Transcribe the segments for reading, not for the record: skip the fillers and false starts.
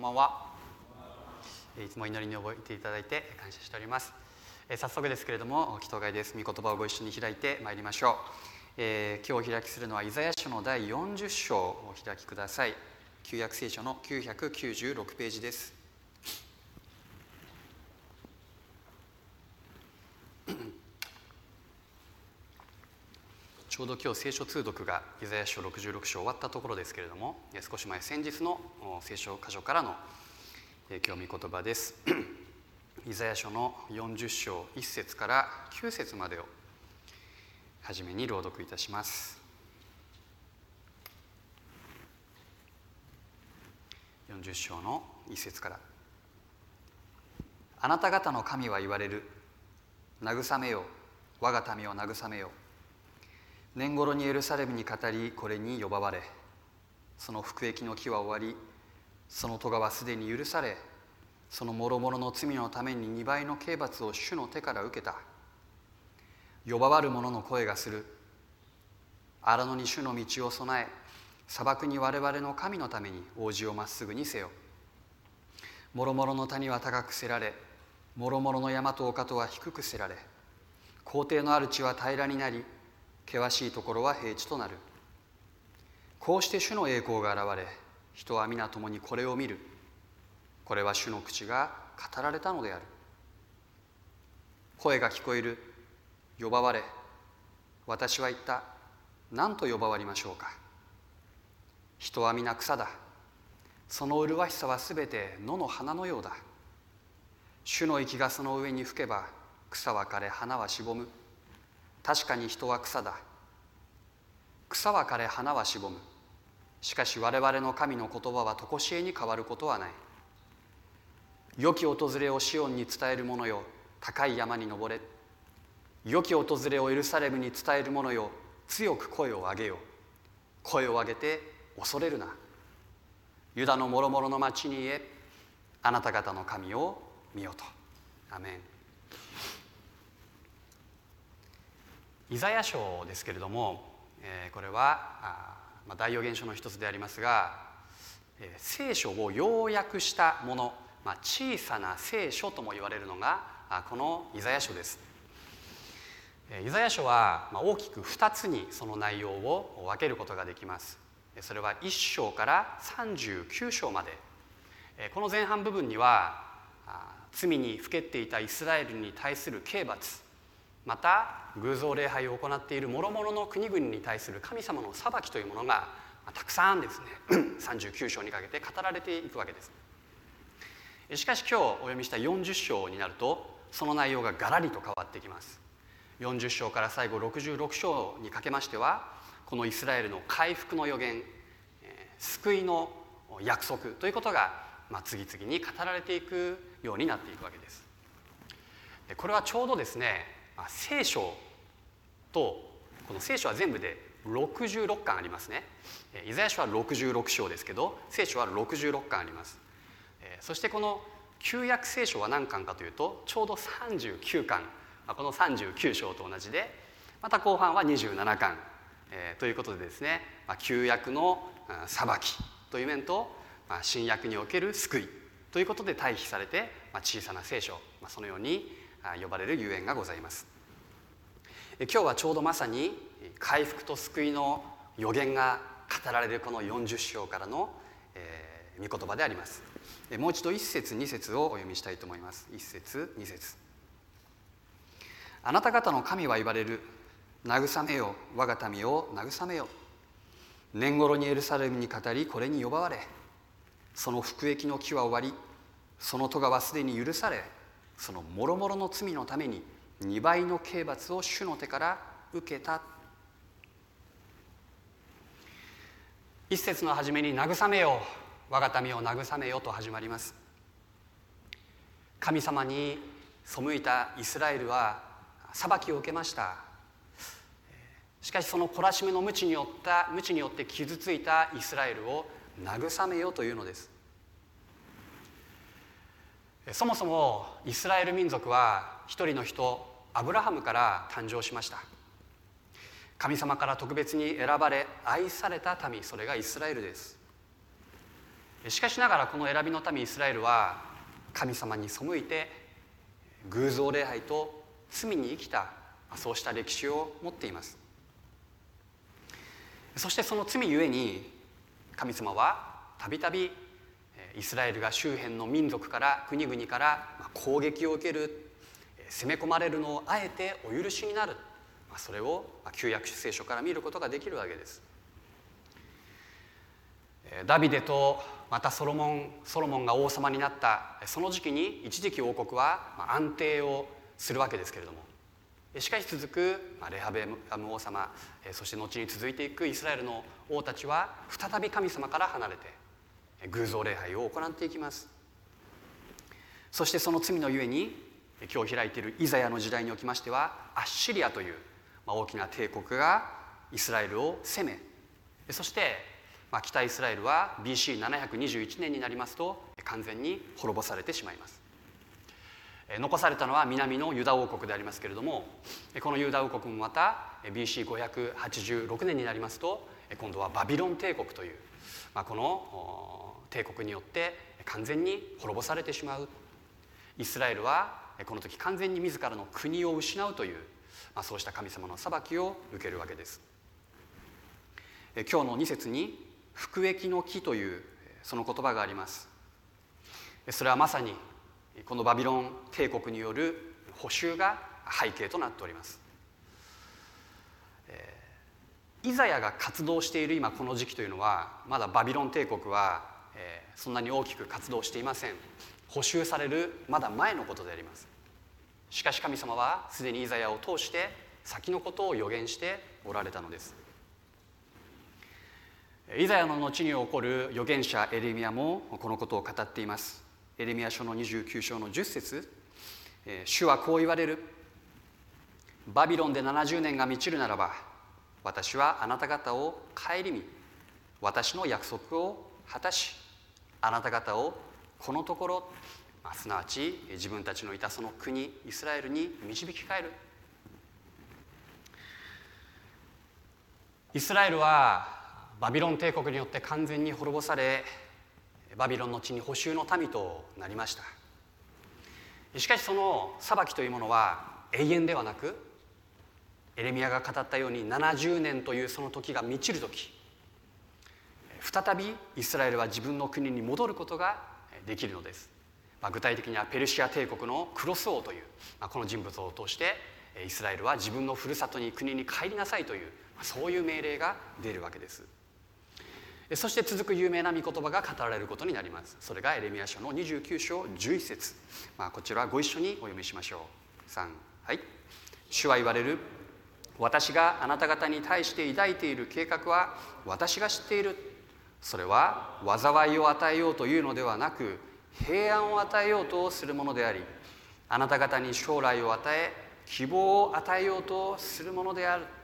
ばんは。いつも祈りに覚えていただいて感謝しております。早速ですけれども、祈祷会です。御言葉をご一緒に開いてまいりましょう。今日お開きするのはイザヤ書の第40章をお開きください。旧約聖書の996ページです。ちょうど今日聖書通読がイザヤ書66章終わったところですけれども、少し前先日の聖書箇所からの今日御言葉です。イザヤ書の40章1節から9節までをはじめに朗読いたします。40章の1節から。あなた方の神は言われる。慰めよ、我が民を慰めよ。年頃にエルサレムに語り、これに呼ばわれ、その服役の期は終わり、その咎はすでに許され、その諸々の罪のために2倍の刑罰を主の手から受けた。呼ばわる者の声がする。荒野に主の道を備え、砂漠に我々の神のために王子をまっすぐにせよ。諸々の谷は高くせられ、諸々の山と丘とは低くせられ、高低のある地は平らになり、険しいところは平地となる。こうして主の栄光が現れ、人は皆共にこれを見る。これは主の口が語られたのである。声が聞こえる。呼ばわれ。私は言った。何と呼ばわりましょうか。人は皆草だ。その麗しさはすべて野の花のようだ。主の息がその上に吹けば、草は枯れ、花はしぼむ。確かに人は草だ。草は枯れ、花はしぼむ。しかし我々の神の言葉はとこしえに変わることはない。良き訪れをシオンに伝える者よ、高い山に登れ。良き訪れをエルサレムに伝える者よ、強く声を上げよ。声を上げて恐れるな。ユダの諸々の町に言え、あなた方の神を見よと。アメン。イザヤ書ですけれども、これは大預言書の一つでありますが、聖書を要約したもの、小さな聖書とも言われるのがこのイザヤ書です。イザヤ書は大きく2つにその内容を分けることができます。それは1章から39章まで。この前半部分には罪にふけっていたイスラエルに対する刑罰、また偶像礼拝を行っている諸々の国々に対する神様の裁きというものがたくさんですね39章にかけて語られていくわけです。しかし今日お読みした40章になるとその内容がガラリと変わってきます。40章から最後66章にかけましては、このイスラエルの回復の予言、救いの約束ということが次々に語られていくようになっていくわけです。これはちょうどですね、聖書と、この聖書は全部で66巻ありますね。イザヤ書は66章ですけど、聖書は66巻あります。そしてこの旧約聖書は何巻かというと、ちょうど39巻、この39章と同じで、また後半は27巻、ということでですね、旧約の裁きという面と、新約における救いということで対比されて、小さな聖書、そのように呼ばれるゆえんがございます。今日はちょうどまさに回復と救いの予言が語られるこの40章からの、御言葉であります。もう一度1節2節をお読みしたいと思います。1節2節。あなた方の神は言われる。慰めよ、我が民を慰めよ。年頃にエルサレムに語り、これに呼ばわれ。その服役の期は終わり、その咎はすでに許され、その諸々の罪のために2倍の刑罰を主の手から受けた。一節の初めに慰めよ、我が民を慰めよと始まります。神様に背いたイスラエルは裁きを受けました。しかしその懲らしめの鞭によって傷ついたイスラエルを慰めよというのです。そもそもイスラエル民族は一人の人、アブラハムから誕生しました。神様から特別に選ばれ愛された民、それがイスラエルです。 しかしながらこの選びの民イスラエルは神様に背いて偶像礼拝と罪に生きた、そうした歴史を持っています。そしてその罪ゆえに神様はたびたびイスラエルが周辺の民族から国々から攻撃を受ける、攻め込まれるのをあえてお許しになる、それを旧約聖書から見ることができるわけです。ダビデとまたソロモンが王様になったその時期に一時期王国は安定をするわけですけれども、しかし続くレハベアム王様、そして後に続いていくイスラエルの王たちは再び神様から離れて偶像礼拝を行っていきます。そしてその罪のゆえに今日開いているイザヤの時代におきましてはアッシリアという大きな帝国がイスラエルを攻め、そして北イスラエルは BC721 年になりますと完全に滅ぼされてしまいます。残されたのは南のユダ王国でありますけれども、このユダ王国もまた BC586 年になりますと今度はバビロン帝国という、この帝国によって完全に滅ぼされてしまう。イスラエルはこの時完全に自らの国を失うという、そうした神様の裁きを受けるわけです。今日の2節に服役の木というその言葉があります。それはまさにこのバビロン帝国による捕囚が背景となっております。イザヤが活動している今この時期というのはまだバビロン帝国はそんなに大きく活動していません。捕囚されるまだ前のことであります。しかし神様はすでにイザヤを通して先のことを予言しておられたのです。イザヤの後に起こる預言者エレミヤもこのことを語っています。エレミヤ書の29章の10節、主はこう言われる。バビロンで70年が満ちるならば、私はあなた方を顧み、私の約束を果たし、あなた方をこのところ、すなわち自分たちのいたその国イスラエルに導き帰る。イスラエルはバビロン帝国によって完全に滅ぼされ、バビロンの地に捕囚の民となりました。しかしその裁きというものは永遠ではなく、エレミヤが語ったように70年というその時が満ちる時、再びイスラエルは自分の国に戻ることができるのです。具体的にはペルシア帝国のクロス王というこの人物を通してイスラエルは自分のふるさとに国に帰りなさいというそういう命令が出るわけです。そして続く有名な御言葉が語られることになります。それがエレミヤ書の29章11節、こちらはご一緒にお読みしましょう。3、はい。主は言われる。私があなた方に対して抱いている計画は私が知っている。それは災いを与えようというのではなく、平安を与えようとするものであり、あなた方に将来を与え希望を与えようとするものである。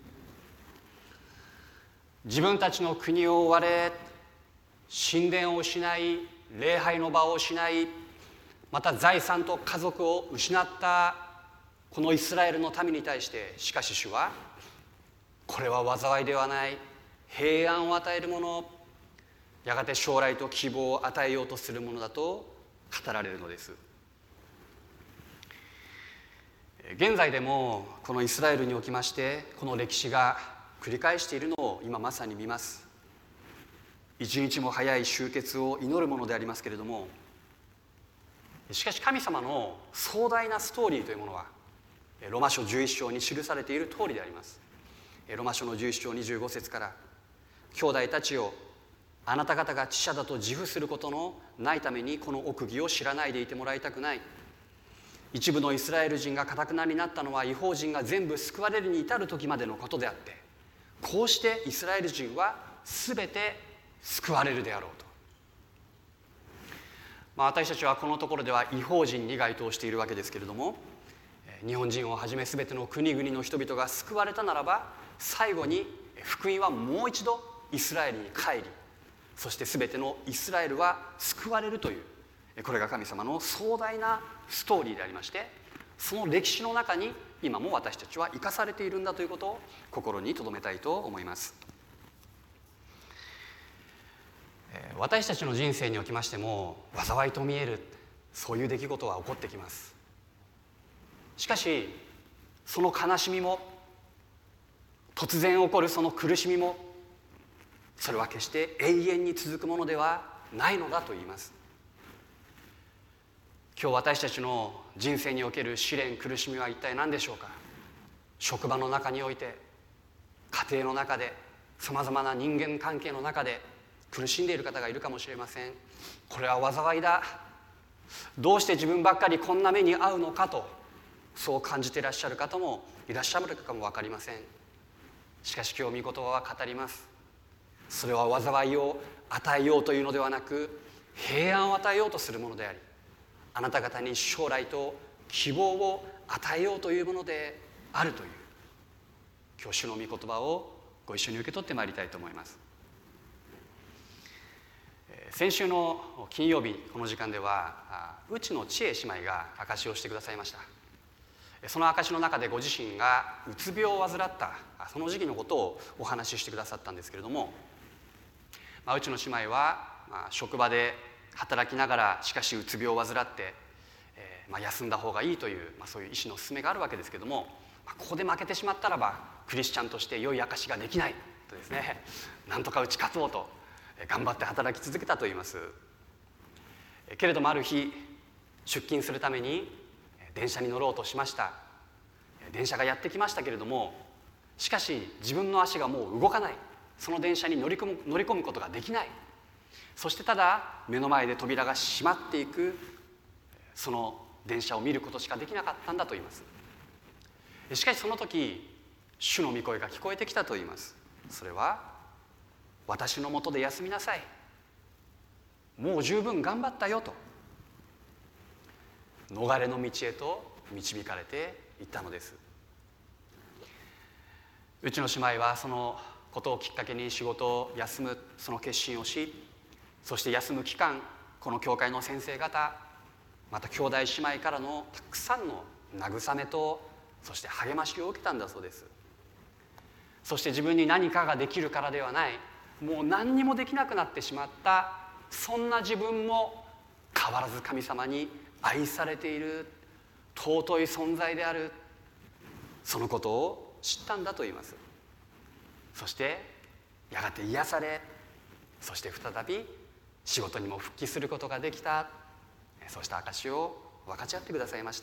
自分たちの国を追われ、神殿を失い、礼拝の場を失い、また財産と家族を失ったこのイスラエルの民に対して、しかし主はこれは災いではない、平安を与えるもの、やがて将来と希望を与えようとするものだと語られるのです。現在でもこのイスラエルにおきましてこの歴史が繰り返しているのを今まさに見ます。一日も早い終結を祈るものでありますけれども、しかし神様の壮大なストーリーというものはロマ書11章に記されている通りであります。ロマ書の11章25節から、兄弟たちよ、あなた方が知者だと自負することのないためにこの奥義を知らないでいてもらいたくない。一部のイスラエル人が堅くなになったのは違法人が全部救われるに至る時までのことであって、こうしてイスラエル人は全て救われるであろうと。私たちはこのところでは違法人に該当しているわけですけれども、日本人をはじめ全ての国々の人々が救われたならば、最後に福音はもう一度イスラエルに帰り、そして全てのイスラエルは救われるという、これが神様の壮大なストーリーでありまして、その歴史の中に今も私たちは生かされているんだということを心に留めたいと思います。 私たちの人生におきましても災いと見える、そういう出来事は起こってきます。しかしその悲しみも、突然起こるその苦しみも、それは決して永遠に続くものではないのだと言います。今日私たちの人生における試練、苦しみは一体何でしょうか。職場の中において、家庭の中で、さまざまな人間関係の中で苦しんでいる方がいるかもしれません。これは災いだ、どうして自分ばっかりこんな目に遭うのかと、そう感じていらっしゃる方もいらっしゃるかも分かりません。しかし今日御言葉は語ります。それは災いを与えようというのではなく、平安を与えようとするものであり、あなた方に将来と希望を与えようというものであるという、今日主の御言葉をご一緒に受け取ってまいりたいと思います。先週の金曜日、この時間では内野千恵姉妹が証しをしてくださいました。その証しの中でご自身がうつ病を患ったその時期のことをお話ししてくださったんですけれども、内野姉妹は職場で働きながら、しかしうつ病を患って、休んだ方がいいという、そういう医師の勧めがあるわけですけれども、ここで負けてしまったらばクリスチャンとして良い証しができないとですね、なんとか打ち勝とうと頑張って働き続けたと言います。けれどもある日、出勤するために電車に乗ろうとしました。電車がやってきましたけれども、しかし自分の足がもう動かない、その電車に乗り込むことができない。そしてただ目の前で扉が閉まっていくその電車を見ることしかできなかったんだと言います。しかしその時、主の御声が聞こえてきたと言います。それは、私のもとで休みなさい、もう十分頑張ったよと、逃れの道へと導かれていったのです。うちの姉妹はそのことをきっかけに仕事を休むその決心をし、そして休む期間、この教会の先生方、また兄弟姉妹からのたくさんの慰めと、そして励ましを受けたんだそうです。そして自分に何かができるからではない、もう何にもできなくなってしまった、そんな自分も変わらず神様に愛されている尊い存在である、そのことを知ったんだと言います。そしてやがて癒され、そして再び仕事にも復帰することができた、そうした証を分かち合ってくださいました。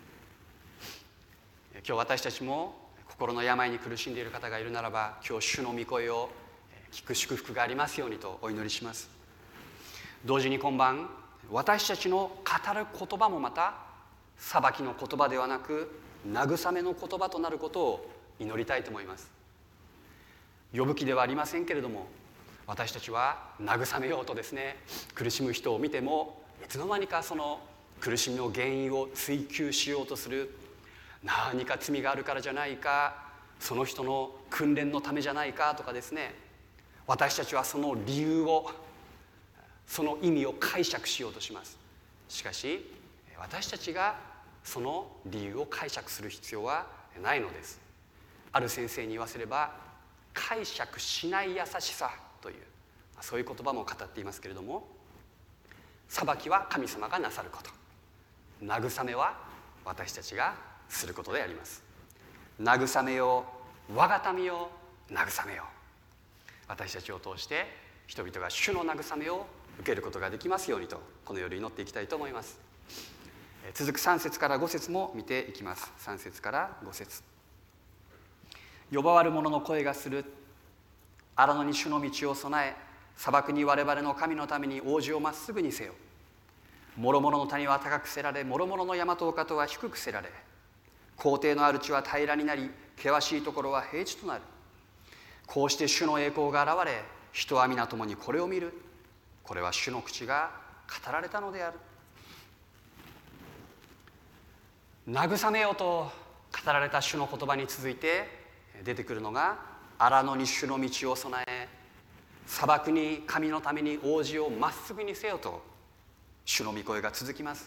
今日私たちも心の病に苦しんでいる方がいるならば、今日主の御声を聞く祝福がありますようにとお祈りします。同時に今晩、私たちの語る言葉もまた裁きの言葉ではなく慰めの言葉となることを祈りたいと思います。呼ぶ気ではありませんけれども、私たちは慰めようとですね、苦しむ人を見てもいつの間にかその苦しみの原因を追求しようとする、何か罪があるからじゃないか、その人の訓練のためじゃないかとかですね、私たちはその理由を、その意味を解釈しようとします。しかし私たちがその理由を解釈する必要はないのです。ある先生に言わせれば、解釈しない優しさという、そういう言葉も語っていますけれども、裁きは神様がなさること、慰めは私たちがすることであります。慰めよう、我が民を慰めよう。私たちを通して人々が主の慰めを受けることができますようにと、この夜祈っていきたいと思います。続く3節から5節も見ていきます。3節から5節。呼ばわる者の声がする。荒野に主の道を備え、砂漠に我々の神のために王子をまっすぐにせよ。諸々の谷は高くせられ、諸々の山と丘とは低くせられ、高低のある地は平らになり、険しいところは平地となる。こうして主の栄光が現れ、人は皆共にこれを見る。これは主の口が語られたのである。慰めようと語られた主の言葉に続いて出てくるのが、荒野に主の道を備え、砂漠に神のために王子をまっすぐにせよと主の御声が続きます。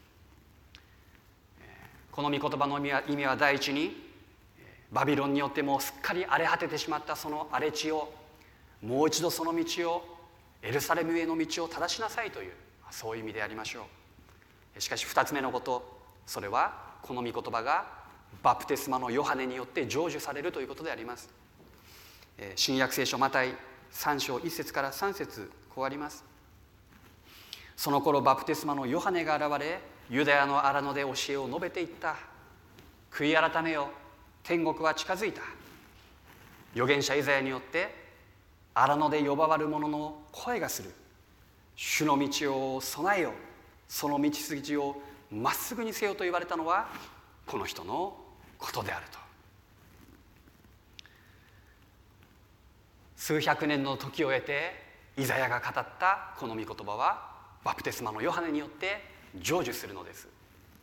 この御言葉の意味は第一に、バビロンによってもうすっかり荒れ果ててしまったその荒れ地を、もう一度その道をエルサレムへの道を正しなさいという、そういう意味でありましょう。しかし2つ目のこと、それはこの御言葉がバプテスマのヨハネによって成就されるということであります。新約聖書マタイ3章1節から3節、こうあります。その頃バプテスマのヨハネが現れ、ユダヤの荒野で教えを述べていった。悔い改めよ、天国は近づいた。預言者イザヤによって荒野で呼ばわる者の声がする。主の道を備えよ、その道筋をまっすぐにせよと言われたのはこの人のことであると。数百年の時を経てイザヤが語ったこの御言葉はバプテスマのヨハネによって成就するのです。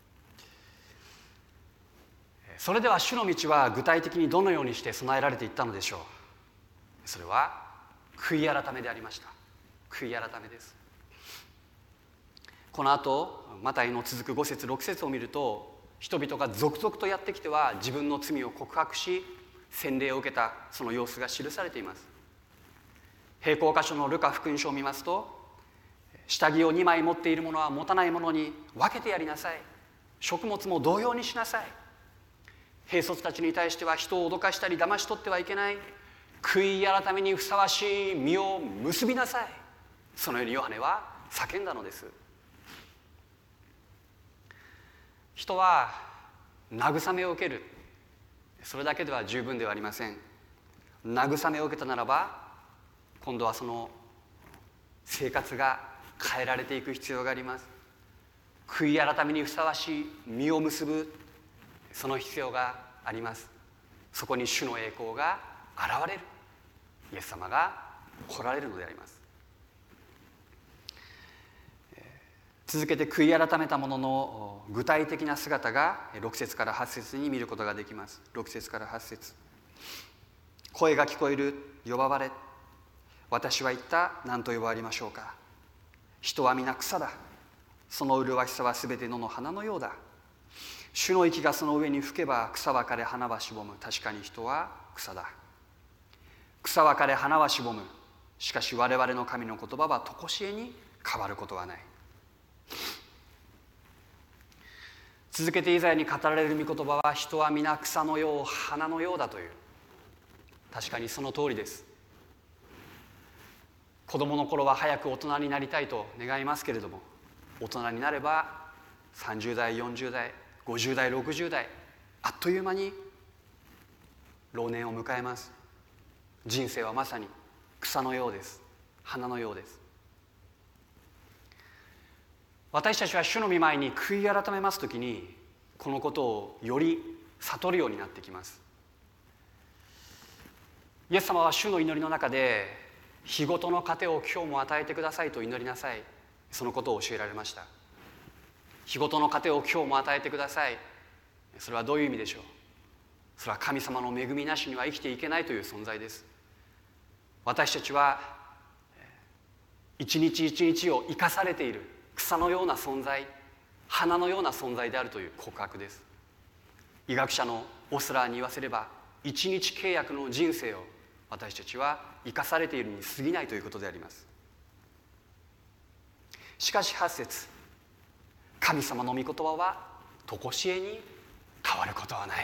それでは主の道は具体的にどのようにして備えられていったのでしょう。それは悔い改めでありました。悔い改めです。この後マタイの続く5節6節を見ると、人々が続々とやってきては自分の罪を告白し洗礼を受けたその様子が記されています。並行箇所のルカ福音書を見ますと、下着を2枚持っている者は持たない者に分けてやりなさい、食物も同様にしなさい、兵卒たちに対しては人を脅かしたり騙し取ってはいけない、悔い改めにふさわしい実を結びなさい、そのようにヨハネは叫んだのです。人は慰めを受ける、それだけでは十分ではありません。慰めを受けたならば今度はその生活が変えられていく必要があります。悔い改めにふさわしい実を結ぶ、その必要があります。そこに主の栄光が現れる、イエス様が来られるのであります。続けて悔い改めた者の具体的な姿が6節から8節に見ることができます。6節から8節、声が聞こえる、呼ばわれ、私は言った、何と呼ばわりましょうか。人は皆草だ、その麗しさはすべて野の花のようだ。主の息がその上に吹けば草は枯れ花はしぼむ。確かに人は草だ。草は枯れ花はしぼむ。しかし我々の神の言葉はとこしえに変わることはない。続けてイザヤに語られる御言葉は、人は皆草のよう花のようだという。確かにその通りです。子供の頃は早く大人になりたいと願いますけれども、大人になれば30代40代50代60代、あっという間に老年を迎えます。人生はまさに草のようです。花のようです。私たちは主の御前に悔い改めますときに、このことをより悟るようになってきます。イエス様は主の祈りの中で、日ごとの糧を今日も与えてくださいと祈りなさい、そのことを教えられました。日ごとの糧を今日も与えてください、それはどういう意味でしょう。それは神様の恵みなしには生きていけないという存在です。私たちは一日一日を生かされている草のような存在、花のような存在であるという告白です。医学者のオスラーに言わせれば、一日契約の人生を私たちは生かされているに過ぎないということであります。しかし8節、神様の御言葉はとこしえに変わることはない。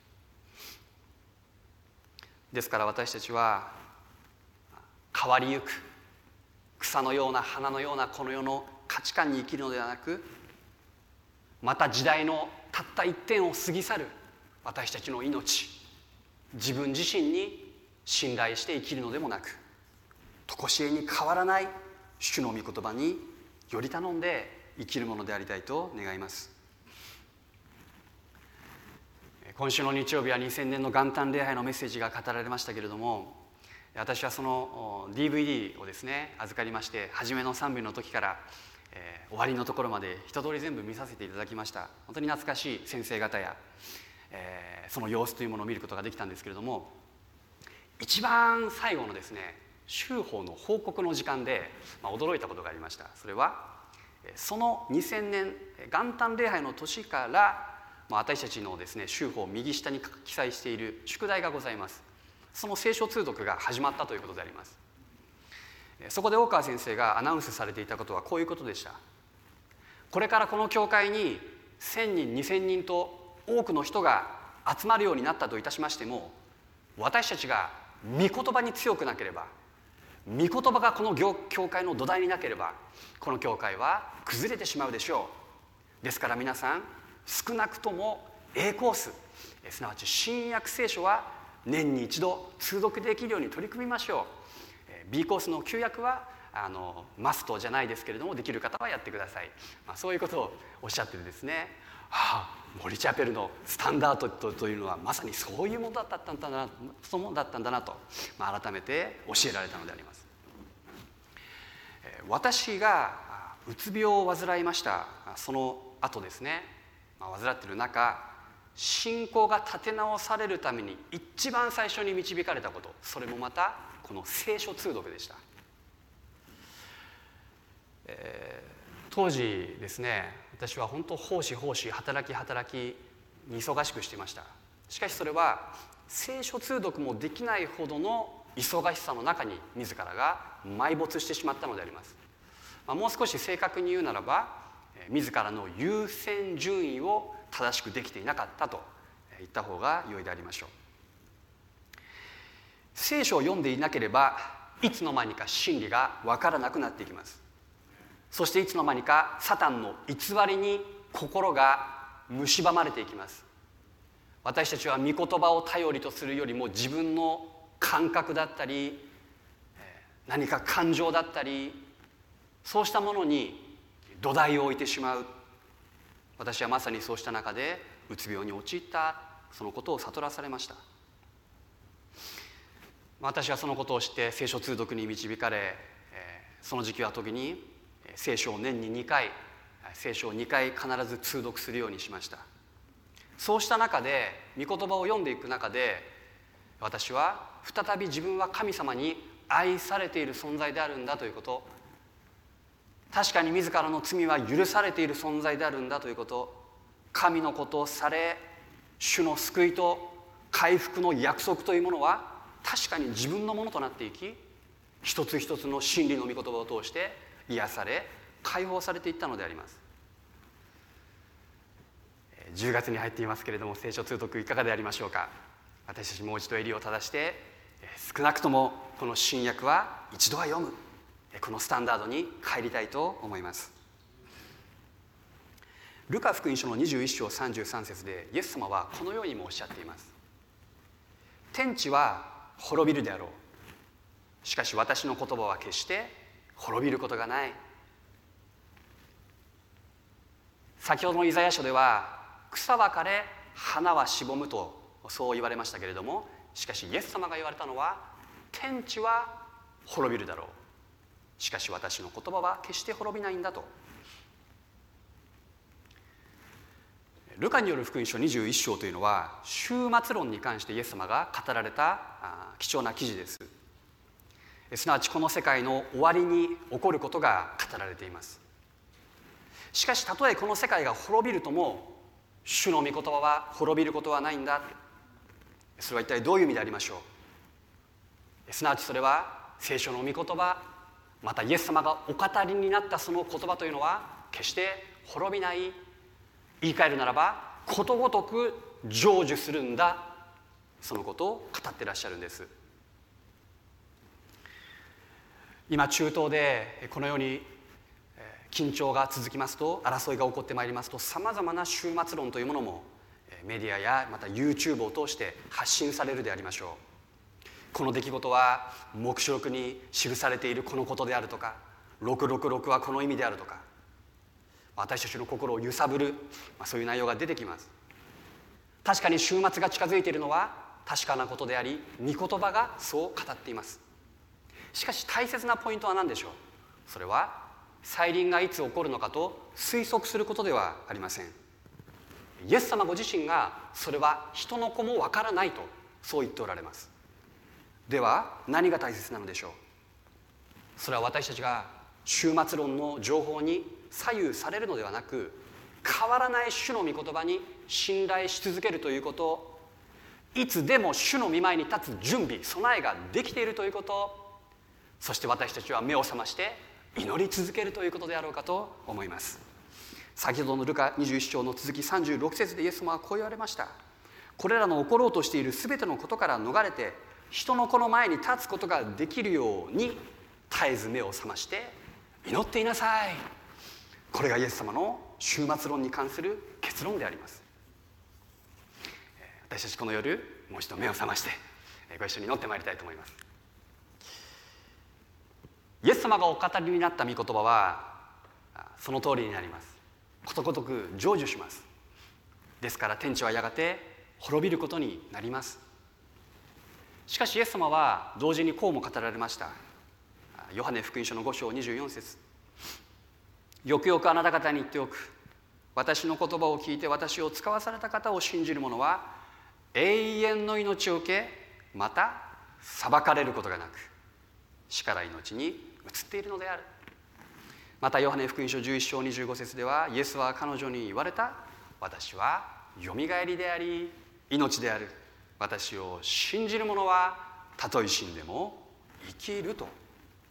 ですから私たちは変わりゆく草のような花のようなこの世の価値観に生きるのではなく、また時代のたった一点を過ぎ去る私たちの命、自分自身に信頼して生きるのでもなく、とこしえに変わらない主の御言葉により頼んで生きるものでありたいと願います。今週の日曜日は2000年の元旦礼拝のメッセージが語られましたけれども、私はその DVD をですね預かりまして、初めの賛美の時から、終わりのところまで一通り全部見させていただきました。本当に懐かしい先生方や、その様子というものを見ることができたんですけれども、一番最後のですね修法の報告の時間で、驚いたことがありました。それはその2000年元旦礼拝の年から、私たちのですね修法右下に記載している宿題がございます。その聖書通読が始まったということであります。 そこで大川先生がアナウンスされていたことはこういうことでした。これからこの教会に1000人2000人と多くの人が集まるようになったといたしましても、私たちが御言葉に強くなければ、御言葉がこの教会の土台になければ、この教会は崩れてしまうでしょう。ですから皆さん、少なくとも A コース、すなわち新約聖書は年に一度通読できるように取り組みましょう。 B コースの旧約はマストじゃないですけれども、できる方はやってください。そういうことをおっしゃってるですね。モリチャペルのスタンダードというのはまさにそういうものだったんだなと、改めて教えられたのであります。私がうつ病を患いました。その後ですね、患っている中、信仰が立て直されるために一番最初に導かれたこと、それもまたこの聖書通読でした。当時ですね、私は本当奉仕働きに忙しくしていました。しかしそれは聖書通読もできないほどの忙しさの中に自らが埋没してしまったのであります。もう少し正確に言うならば、自らの優先順位を正しくできていなかったと言った方が良いでありましょう。聖書を読んでいなければ、いつの間にか真理が分からなくなっていきます。そしていつの間にかサタンの偽りに心が蝕まれていきます。私たちは御言葉を頼りとするよりも、自分の感覚だったり何か感情だったり、そうしたものに土台を置いてしまう。私はまさにそうした中でうつ病に陥った、そのことを悟らされました。私はそのことを知って聖書通読に導かれ、その時期は時に聖書を年に2回、聖書を2回必ず通読するようにしました。そうした中で、御言葉を読んでいく中で、私は再び自分は神様に愛されている存在であるんだということ、確かに自らの罪は許されている存在であるんだということ、神のことをされ、主の救いと回復の約束というものは確かに自分のものとなっていき、一つ一つの真理の御言葉を通して癒され、解放されていったのであります。10月に入っていますけれども、聖書通読いかがでありましょうか。私たちもう一度襟を正して、少なくともこの新約は一度は読む、このスタンダードに帰りたいと思います。ルカ福音書の21章33節で、イエス様はこのようにもおっしゃっています。天地は滅びるであろう。しかし私の言葉は決して滅びることがない。先ほどのイザヤ書では、草は枯れ花はしぼむとそう言われましたけれども、しかしイエス様が言われたのは、天地は滅びるだろう。しかし私の言葉は決して滅びないんだと。ルカによる福音書21章というのは、終末論に関してイエス様が語られた貴重な記事です。すなわちこの世界の終わりに起こることが語られています。しかしたとえこの世界が滅びるとも、主の御言葉は滅びることはないんだ。それは一体どういう意味でありましょう。すなわちそれは聖書の御言葉、またイエス様がお語りになったその言葉というのは決して滅びない、言い換えるならばことごとく成就するんだ、そのことを語ってらっしゃるんです。今中東でこのように緊張が続きますと、争いが起こってまいりますと、さまざまな終末論というものもメディアやまた YouTube を通して発信されるでありましょう。この出来事は黙示録に記されているこのことであるとか、666はこの意味であるとか、私たちの心を揺さぶる、そういう内容が出てきます。確かに終末が近づいているのは確かなことであり、御言葉がそう語っています。しかし大切なポイントは何でしょう。それは再臨がいつ起こるのかと推測することではありません。イエス様ご自身がそれは人の子もわからないとそう言っておられます。では何が大切なのでしょう。それは私たちが終末論の情報に左右されるのではなく、変わらない主の御言葉に信頼し続けるということ、いつでも主の御前に立つ準備、備えができているということ、 そして私たちは目を覚まして祈り続けるということであろうかと思います。先ほどのルカ21章の続き36節でイエス様はこう言われました。これらの起ころうとしているすべてのことから逃れて人の子の前に立つことができるように絶えず目を覚まして祈っていなさい。これがイエス様の終末論に関する結論であります。私たちこの夜もう一度目を覚ましてご一緒に祈ってまいりたいと思います。イエス様がお語りになった御言葉はその通りになります。ことごとく成就します。ですから天地はやがて滅びることになります。しかしイエス様は同時にこうも語られました。ヨハネ福音書の5章24節、よくよくあなた方に言っておく。私の言葉を聞いて私を使わされた方を信じる者は永遠の命を受け、また裁かれることがなく死から命に移っているのである。またヨハネ福音書11章25節ではイエスは彼女に言われた。私はよみがえりであり命である。私を信じる者はたとえ死んでも生きると。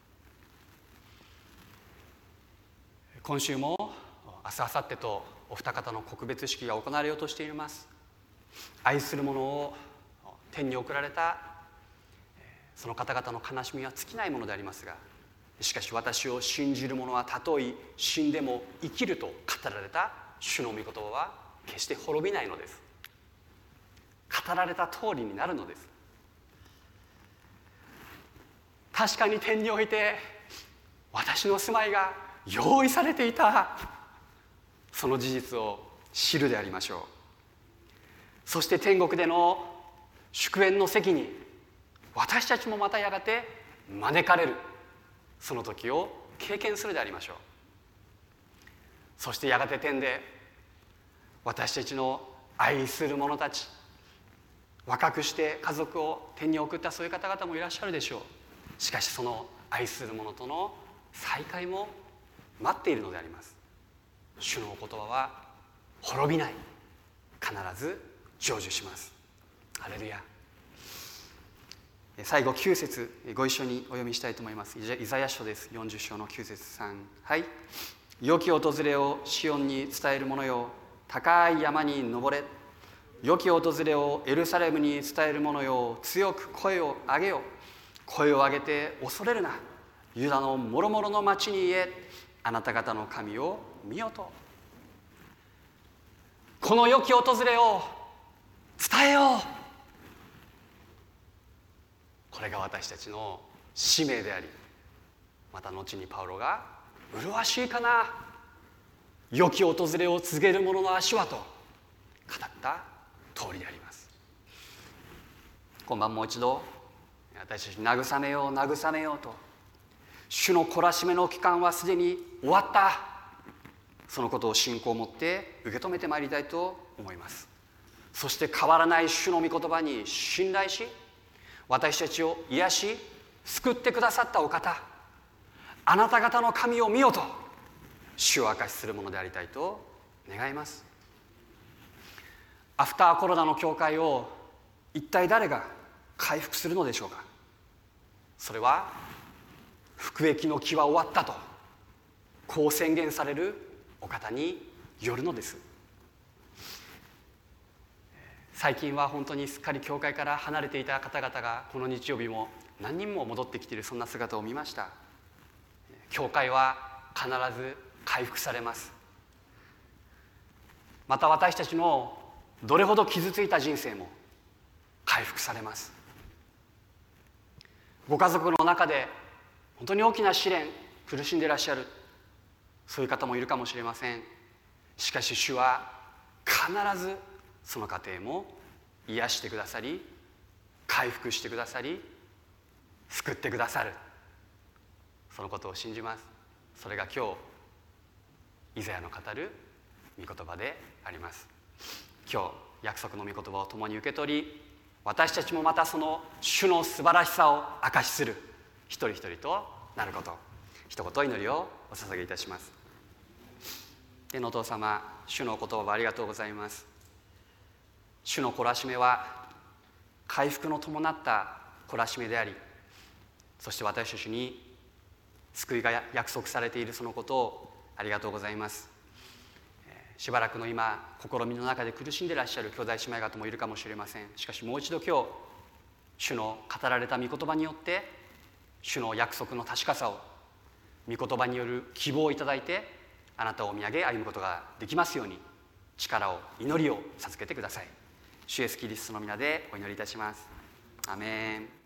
今週も明日明後日とお二方の告別式が行われようとしています。愛する者を天に送られたその方々の悲しみは尽きないものでありますが、しかし私を信じる者はたとえ死んでも生きると語られた主の御言葉は決して滅びないのです。語られた通りになるのです。確かに天において私の住まいが用意されていた、その事実を知るでありましょう。そして天国での祝宴の席に私たちもまたやがて招かれる、その時を経験するでありましょう。そしてやがて天で私たちの愛する者たち、若くして家族を天に送ったそういう方々もいらっしゃるでしょう。しかしその愛する者との再会も待っているのであります。主のお言葉は滅びない、必ず成就します。ハレルヤ。最後9節ご一緒にお読みしたいと思います。イザヤ書です。40章の9節3、はい。良き訪れをシオンに伝える者よ、高い山に登れ。良き訪れをエルサレムに伝える者よ、強く声を上げよ。声を上げて恐れるな。ユダのもろもろの町に言え、あなた方の神を見よと。この良き訪れを伝えよう。これが私たちの使命であり、また後にパウロが麗しいかな、良き訪れを告げる者の足はと語った通りであります。今晩もう一度私たち慰めよう慰めようと、主の懲らしめの期間はすでに終わった、そのことを信仰を持って受け止めてまいりたいと思います。そして変わらない主の御言葉に信頼し、私たちを癒し救ってくださったお方、あなた方の神を見よと主を明かしするものでありたいと願います。アフターコロナの教会を一体誰が回復するのでしょうか。それは服役の期は終わったとこう宣言されるお方によるのです。最近は本当にすっかり教会から離れていた方々がこの日曜日も何人も戻ってきている、そんな姿を見ました。教会は必ず回復されます。また私たちのどれほど傷ついた人生も回復されます。ご家族の中で本当に大きな試練、苦しんでいらっしゃる、そういう方もいるかもしれません。しかし主は必ずその家庭も癒してくださり、回復してくださり、救ってくださる、そのことを信じます。それが今日イザヤの語る御言葉であります。今日約束の御言葉を共に受け取り、私たちもまたその主の素晴らしさを証しする一人一人となること、一言祈りをお捧げいたします。天のお父様、主のお言葉をありがとうございます。主の懲らしめは回復の伴った懲らしめであり、 そして私たちに救いが約束されているそのことをありがとうございます。しばらくの今試みの中で苦しんでいらっしゃる兄弟姉妹方もいるかもしれません。しかしもう一度今日主の語られた御言葉によって主の約束の確かさを、御言葉による希望をいただいて、あなたを見上げ歩むことができますように力を、祈りを授けてください。主イエスキリストの皆でお祈りいたします。アメン。